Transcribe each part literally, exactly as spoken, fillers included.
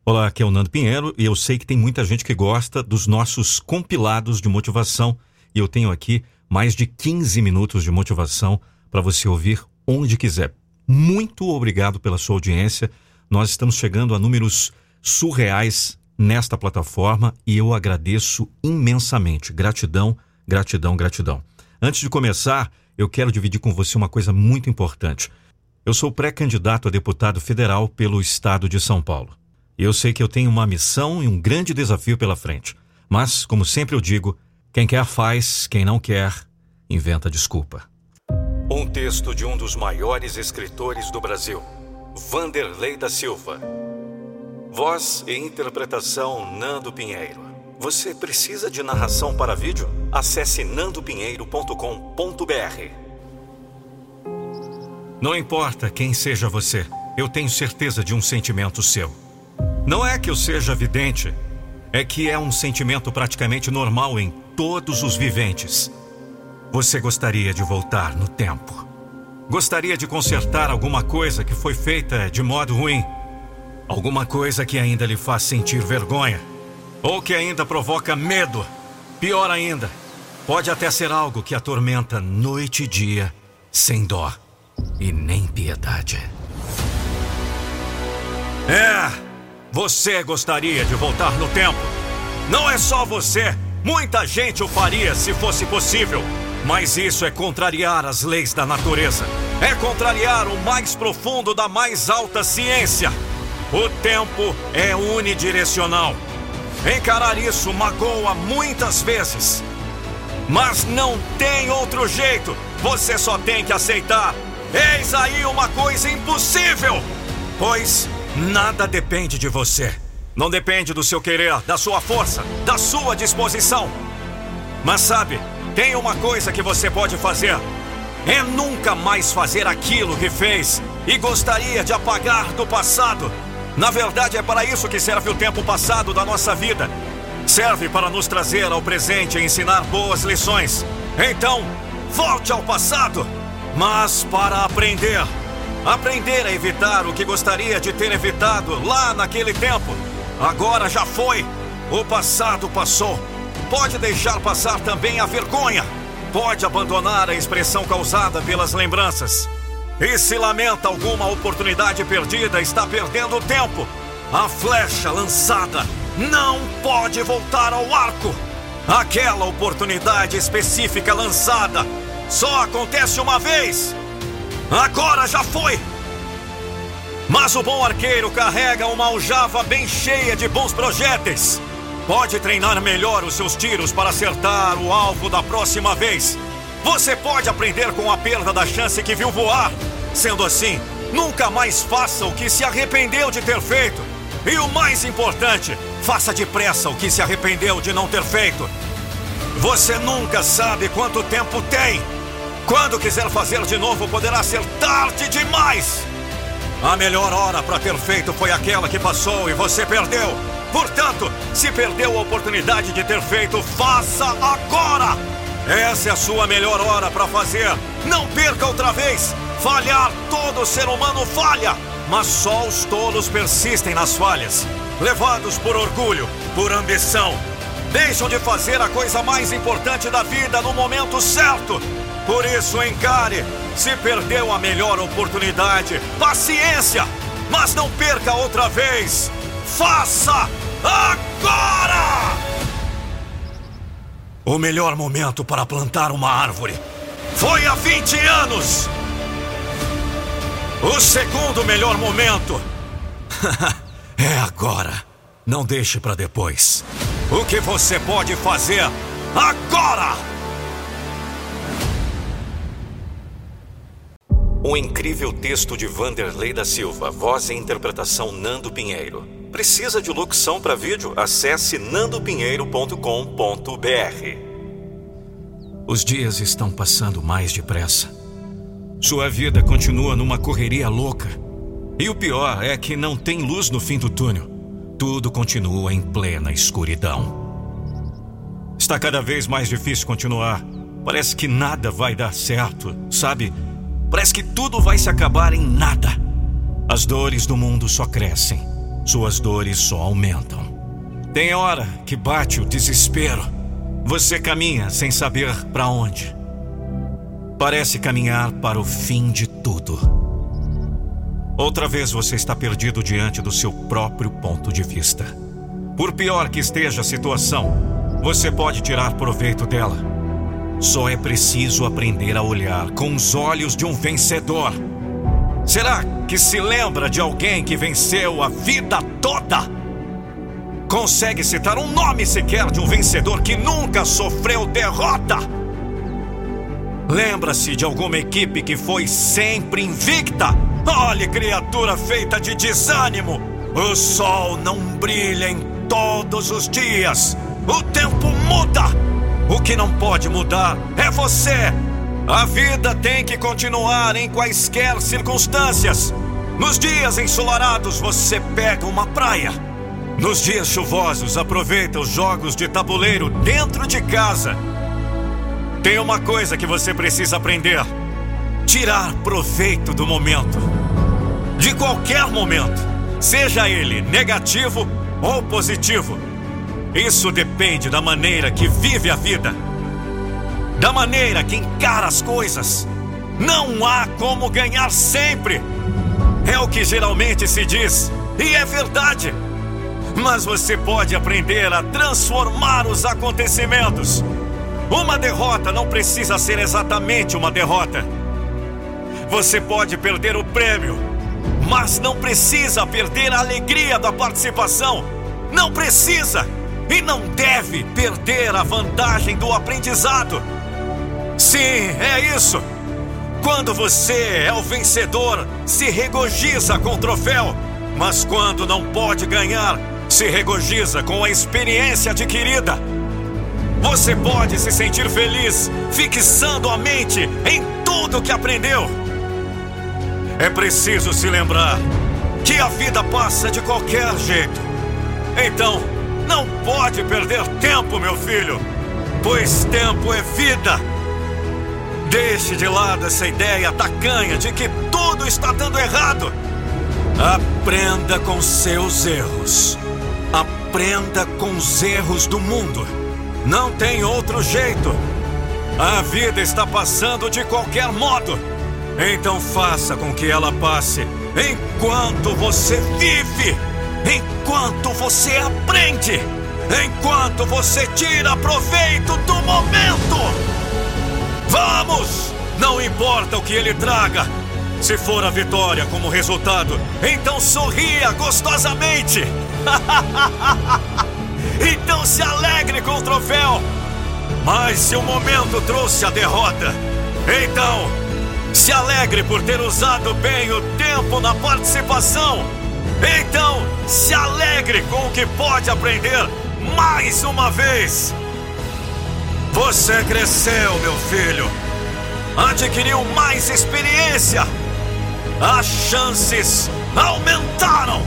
Olá, aqui é o Nando Pinheiro e eu sei que tem muita gente que gosta dos nossos compilados de motivação e eu tenho aqui mais de quinze minutos de motivação para você ouvir onde quiser. Muito obrigado pela sua audiência. Nós estamos chegando a números surreais nesta plataforma e eu agradeço imensamente. Gratidão, gratidão, gratidão. Antes de começar, eu quero dividir com você uma coisa muito importante. Eu sou pré-candidato a deputado federal pelo estado de São Paulo. Eu sei que eu tenho uma missão e um grande desafio pela frente. Mas, como sempre eu digo, quem quer faz, quem não quer, inventa desculpa. Um texto de um dos maiores escritores do Brasil, Wanderley da Silva. Voz e interpretação Nando Pinheiro. Você precisa de narração para vídeo? Acesse nando pinheiro ponto com ponto b r. Não importa quem seja você, eu tenho certeza de um sentimento seu. Não é que eu seja vidente, é que é um sentimento praticamente normal em todos os viventes. Você gostaria de voltar no tempo. Gostaria de consertar alguma coisa que foi feita de modo ruim. Alguma coisa que ainda lhe faz sentir vergonha. Ou que ainda provoca medo. Pior ainda, pode até ser algo que atormenta noite e dia, sem dó e nem piedade. É... Você gostaria de voltar no tempo? Não é só você. Muita gente o faria se fosse possível. Mas isso é contrariar as leis da natureza. É contrariar o mais profundo da mais alta ciência. O tempo é unidirecional. Encarar isso magoa muitas vezes. Mas não tem outro jeito. Você só tem que aceitar. Eis aí uma coisa impossível. Pois... nada depende de você. Não depende do seu querer, da sua força, da sua disposição. Mas sabe, tem uma coisa que você pode fazer. É nunca mais fazer aquilo que fez e gostaria de apagar do passado. Na verdade, é para isso que serve o tempo passado da nossa vida. Serve para nos trazer ao presente e ensinar boas lições. Então, volte ao passado, mas para aprender. Aprender a evitar o que gostaria de ter evitado lá naquele tempo. Agora já foi. O passado passou. Pode deixar passar também a vergonha. Pode abandonar a expressão causada pelas lembranças. E se lamenta alguma oportunidade perdida, está perdendo tempo. A flecha lançada não pode voltar ao arco. Aquela oportunidade específica lançada só acontece uma vez. Agora já foi! Mas o bom arqueiro carrega uma aljava bem cheia de bons projéteis. Pode treinar melhor os seus tiros para acertar o alvo da próxima vez. Você pode aprender com a perda da chance que viu voar. Sendo assim, nunca mais faça o que se arrependeu de ter feito. E o mais importante, faça depressa o que se arrependeu de não ter feito. Você nunca sabe quanto tempo tem. Quando quiser fazer de novo, poderá ser tarde demais. A melhor hora para ter feito foi aquela que passou e você perdeu. Portanto, se perdeu a oportunidade de ter feito, faça agora. Essa é a sua melhor hora para fazer. Não perca outra vez. Falhar, todo ser humano falha. Mas só os tolos persistem nas falhas. Levados por orgulho, por ambição. Deixam de fazer a coisa mais importante da vida no momento certo. Por isso, encare. Se perdeu a melhor oportunidade, paciência, mas não perca outra vez. Faça agora! O melhor momento para plantar uma árvore foi há vinte anos. O segundo melhor momento é agora. Não deixe para depois. O que você pode fazer agora? Um incrível texto de Wanderley da Silva, voz e interpretação Nando Pinheiro. Precisa de locução para vídeo? Acesse nando pinheiro ponto com ponto b r. Os dias estão passando mais depressa. Sua vida continua numa correria louca. E o pior é que não tem luz no fim do túnel. Tudo continua em plena escuridão. Está cada vez mais difícil continuar. Parece que nada vai dar certo, sabe? Parece que tudo vai se acabar em nada. As dores do mundo só crescem. suas dores só aumentam. Tem hora que bate o desespero. Você caminha sem saber para onde. Parece caminhar para o fim de tudo. Outra vez você está perdido diante do seu próprio ponto de vista. Por pior que esteja a situação, você pode tirar proveito dela. Só é preciso aprender a olhar com os olhos de um vencedor. Será que se lembra de alguém que venceu a vida toda? Consegue citar um nome sequer de um vencedor que nunca sofreu derrota? Lembra-se de alguma equipe que foi sempre invicta? Olhe, criatura feita de desânimo! O sol não brilha em todos os dias. O tempo muda. O que não pode mudar é você. A vida tem que continuar em quaisquer circunstâncias. Nos dias ensolarados você pega uma praia. Nos dias chuvosos aproveita os jogos de tabuleiro dentro de casa. Tem uma coisa que você precisa aprender: tirar proveito do momento. De qualquer momento, seja ele negativo ou positivo. Isso depende da maneira que vive a vida, da maneira que encara as coisas. Não há como ganhar sempre. É o que geralmente se diz, e é verdade. Mas você pode aprender a transformar os acontecimentos. Uma derrota não precisa ser exatamente uma derrota. Você pode perder o prêmio, mas não precisa perder a alegria da participação. Não precisa e não deve perder a vantagem do aprendizado. Sim, é isso. Quando você é o vencedor, se regozija com o troféu. Mas quando não pode ganhar, se regozija com a experiência adquirida. Você pode se sentir feliz fixando a mente em tudo que aprendeu. É preciso se lembrar que a vida passa de qualquer jeito. Então, não pode perder tempo, meu filho, pois tempo é vida. Deixe de lado essa ideia tacanha de que tudo está dando errado. Aprenda com seus erros. Aprenda com os erros do mundo. Não tem outro jeito. A vida está passando de qualquer modo. Então faça com que ela passe enquanto você vive, enquanto você aprende, enquanto você tira proveito do momento. Vamos! Não importa o que ele traga. Se for a vitória como resultado, então sorria gostosamente. Então se alegre com o troféu. Mas se o momento trouxe a derrota, então se alegre por ter usado bem o tempo na participação. Então se alegre com o que pode aprender mais uma vez. Você cresceu, meu filho. Adquiriu mais experiência. As chances aumentaram.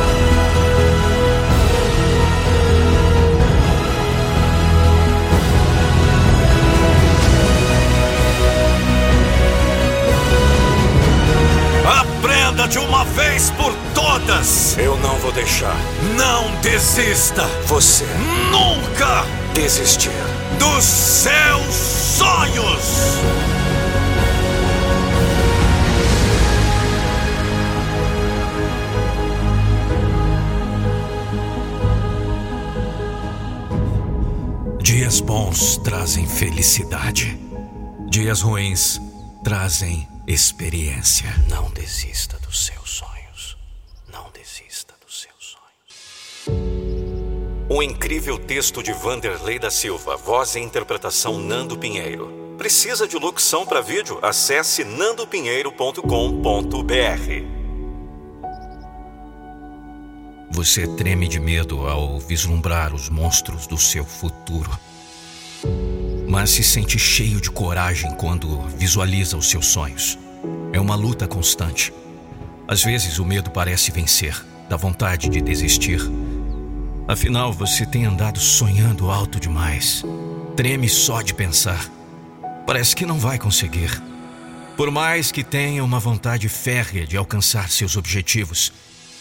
Aprenda de uma vez por todas. Eu não vou deixar. Não desista. Você nunca desistir dos seus sonhos. Dias bons trazem felicidade. Dias ruins trazem experiência. Não desista dos seus sonhos. Não desista dos seus sonhos. Um incrível texto de Vanderlei da Silva, voz e interpretação Nando Pinheiro. Precisa de locução para vídeo? Acesse nando pinheiro ponto com ponto b r. Você treme de medo ao vislumbrar os monstros do seu futuro, mas se sente cheio de coragem quando visualiza os seus sonhos. É uma luta constante. Às vezes o medo parece vencer, dá vontade de desistir. Afinal, você tem andado sonhando alto demais. Treme só de pensar. Parece que não vai conseguir. Por mais que tenha uma vontade férrea de alcançar seus objetivos,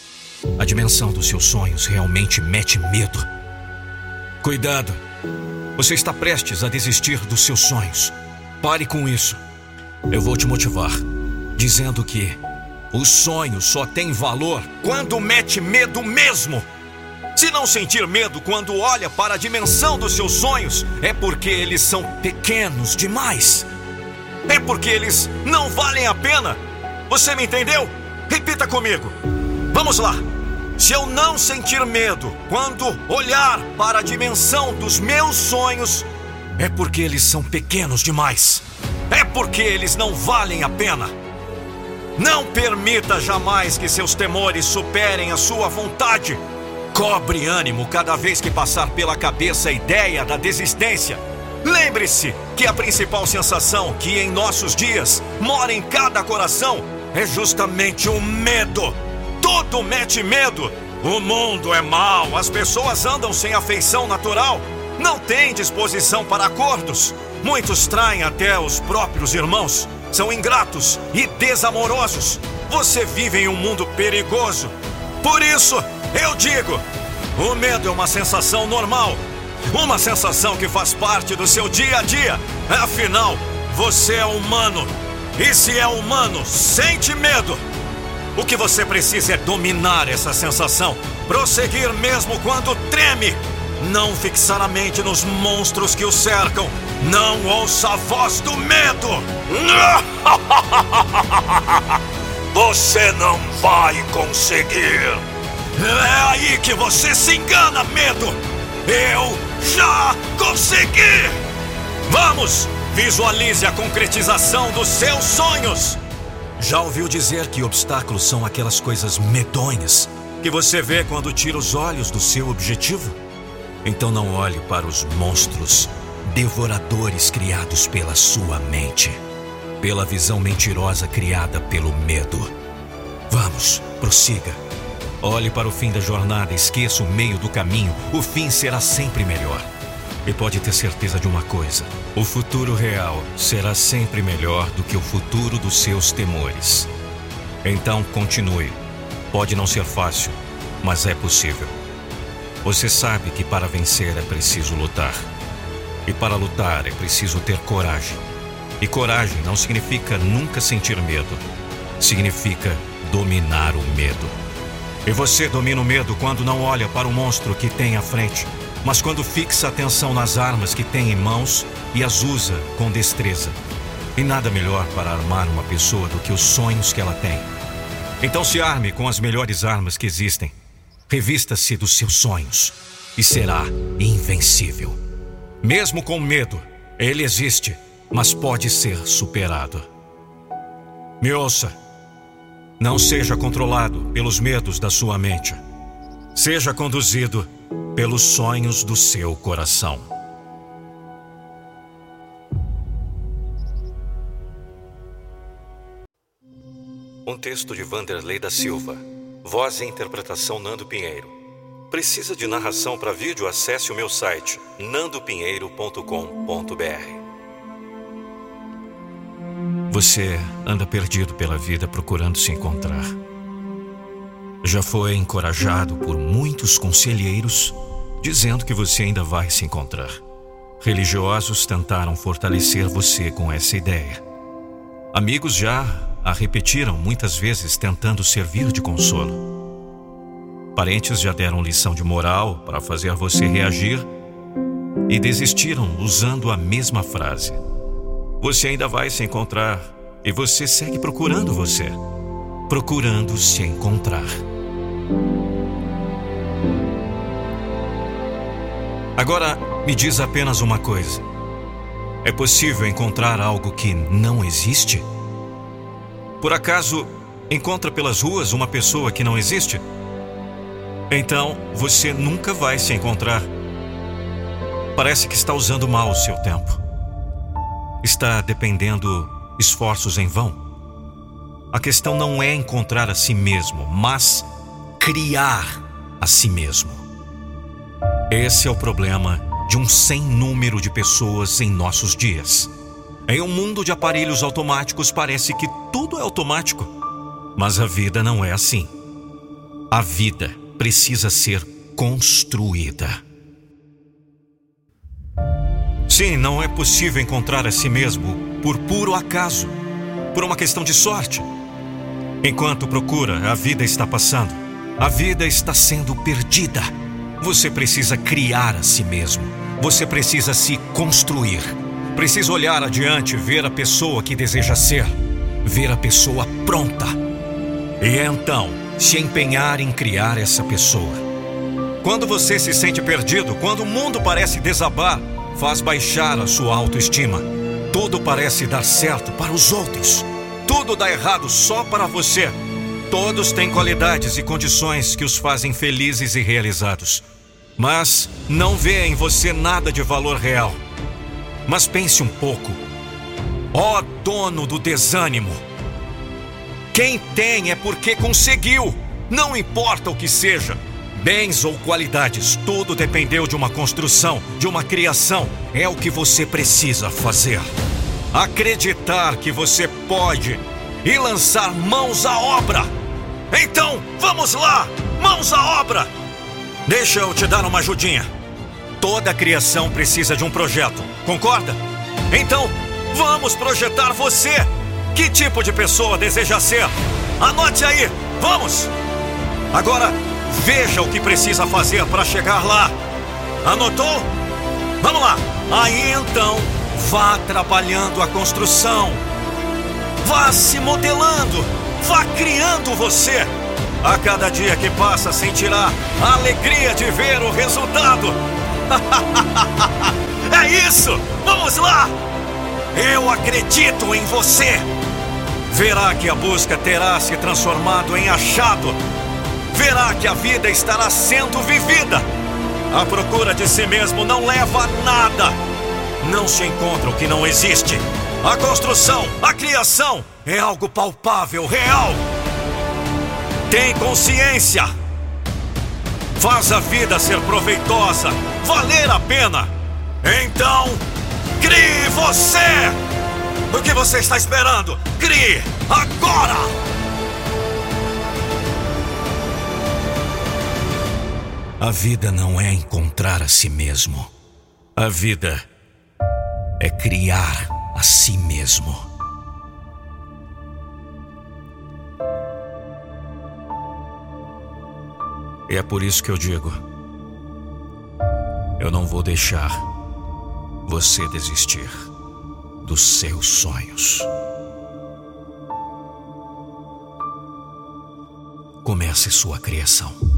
A dimensão dos seus sonhos realmente mete medo. Cuidado! Você está prestes a desistir dos seus sonhos. Pare com isso. Eu vou te motivar, dizendo que o sonho só tem valor quando mete medo mesmo. Se não sentir medo quando olha para a dimensão dos seus sonhos, é porque eles são pequenos demais. É porque eles não valem a pena. Você me entendeu? Repita comigo. Vamos lá. Se eu não sentir medo quando olhar para a dimensão dos meus sonhos, é porque eles são pequenos demais. É porque eles não valem a pena. Não permita jamais que seus temores superem a sua vontade. Cobre ânimo cada vez que passar pela cabeça a ideia da desistência. Lembre-se que a principal sensação que em nossos dias mora em cada coração é justamente o medo. Tudo mete medo. O mundo é mau, as pessoas andam sem afeição natural, não têm disposição para acordos. Muitos traem até os próprios irmãos, são ingratos e desamorosos. Você vive em um mundo perigoso. Por isso, eu digo, o medo é uma sensação normal, uma sensação que faz parte do seu dia a dia. Afinal, você é humano, e se é humano, sente medo. O que você precisa é dominar essa sensação, prosseguir mesmo quando treme. Não fixar a mente nos monstros que o cercam. Não ouça a voz do medo. Você não vai conseguir. É aí que você se engana, medo. Eu já consegui. Vamos, visualize a concretização dos seus sonhos. Já ouviu dizer que obstáculos são aquelas coisas medonhas que você vê quando tira os olhos do seu objetivo? Então não olhe para os monstros devoradores criados pela sua mente, pela visão mentirosa criada pelo medo. Vamos, prossiga. Olhe para o fim da jornada, esqueça o meio do caminho. O fim será sempre melhor. E pode ter certeza de uma coisa: o futuro real será sempre melhor do que o futuro dos seus temores. Então continue. Pode não ser fácil, mas é possível. Você sabe que para vencer é preciso lutar. E para lutar é preciso ter coragem. E coragem não significa nunca sentir medo. Significa dominar o medo. E você domina o medo quando não olha para o monstro que tem à frente, mas quando fixa a atenção nas armas que tem em mãos e as usa com destreza. E nada melhor para armar uma pessoa do que os sonhos que ela tem. Então se arme com as melhores armas que existem. Revista-se dos seus sonhos e será invencível. Mesmo com medo, ele existe, mas pode ser superado. Me ouça. Não seja controlado pelos medos da sua mente. Seja conduzido pelos sonhos do seu coração. Um texto de Vanderlei da Silva. Voz e interpretação Nando Pinheiro. Precisa de narração para vídeo? Acesse o meu site nando pinheiro ponto com ponto br. Você anda perdido pela vida procurando se encontrar. Já foi encorajado por muitos conselheiros dizendo que você ainda vai se encontrar. Religiosos tentaram fortalecer você com essa ideia. Amigos já a repetiram muitas vezes tentando servir de consolo. Parentes já deram lição de moral para fazer você reagir e desistiram usando a mesma frase. Você ainda vai se encontrar e você segue procurando você, procurando se encontrar. Agora, me diz apenas uma coisa. É possível encontrar algo que não existe? Por acaso, encontra pelas ruas uma pessoa que não existe? Então, você nunca vai se encontrar. Parece que está usando mal o seu tempo. Está dependendo esforços em vão. A questão não é encontrar a si mesmo, mas criar a si mesmo. Esse é o problema de um sem número de pessoas em nossos dias. Em um mundo de aparelhos automáticos, parece que tudo é automático. Mas a vida não é assim. A vida precisa ser construída. Sim, não é possível encontrar a si mesmo por puro acaso, por uma questão de sorte. Enquanto procura, a vida está passando. A vida está sendo perdida. Você precisa criar a si mesmo. Você precisa se construir. Precisa olhar adiante, ver a pessoa que deseja ser, ver a pessoa pronta. E então, se empenhar em criar essa pessoa. Quando você se sente perdido, quando o mundo parece desabar, faz baixar a sua autoestima. Tudo parece dar certo para os outros. Tudo dá errado só para você. Todos têm qualidades e condições que os fazem felizes e realizados. Mas não vê em você nada de valor real. Mas pense um pouco. Ó dono do desânimo. Quem tem é porque conseguiu. Não importa o que seja. Bens ou qualidades, tudo dependeu de uma construção, de uma criação. É o que você precisa fazer. Acreditar que você pode e lançar mãos à obra. Então, vamos lá! Mãos à obra! Deixa eu te dar uma ajudinha. Toda criação precisa de um projeto, concorda? Então, vamos projetar você! Que tipo de pessoa deseja ser? Anote aí, vamos! Agora, veja o que precisa fazer para chegar lá. Anotou? Vamos lá! Aí então, vá trabalhando a construção. Vá se modelando. Vá criando você. A cada dia que passa, sentirá a alegria de ver o resultado. É isso! Vamos lá! Eu acredito em você. Verá que a busca terá se transformado em achado. Verá que a vida estará sendo vivida. A procura de si mesmo não leva a nada. Não se encontra o que não existe. A construção, a criação é algo palpável, real. Tem consciência. Faz a vida ser proveitosa, valer a pena. Então, crie você! O que você está esperando? Crie agora! A vida não é encontrar a si mesmo. A vida é criar a si mesmo. E é por isso que eu digo: eu não vou deixar você desistir dos seus sonhos. Comece sua criação.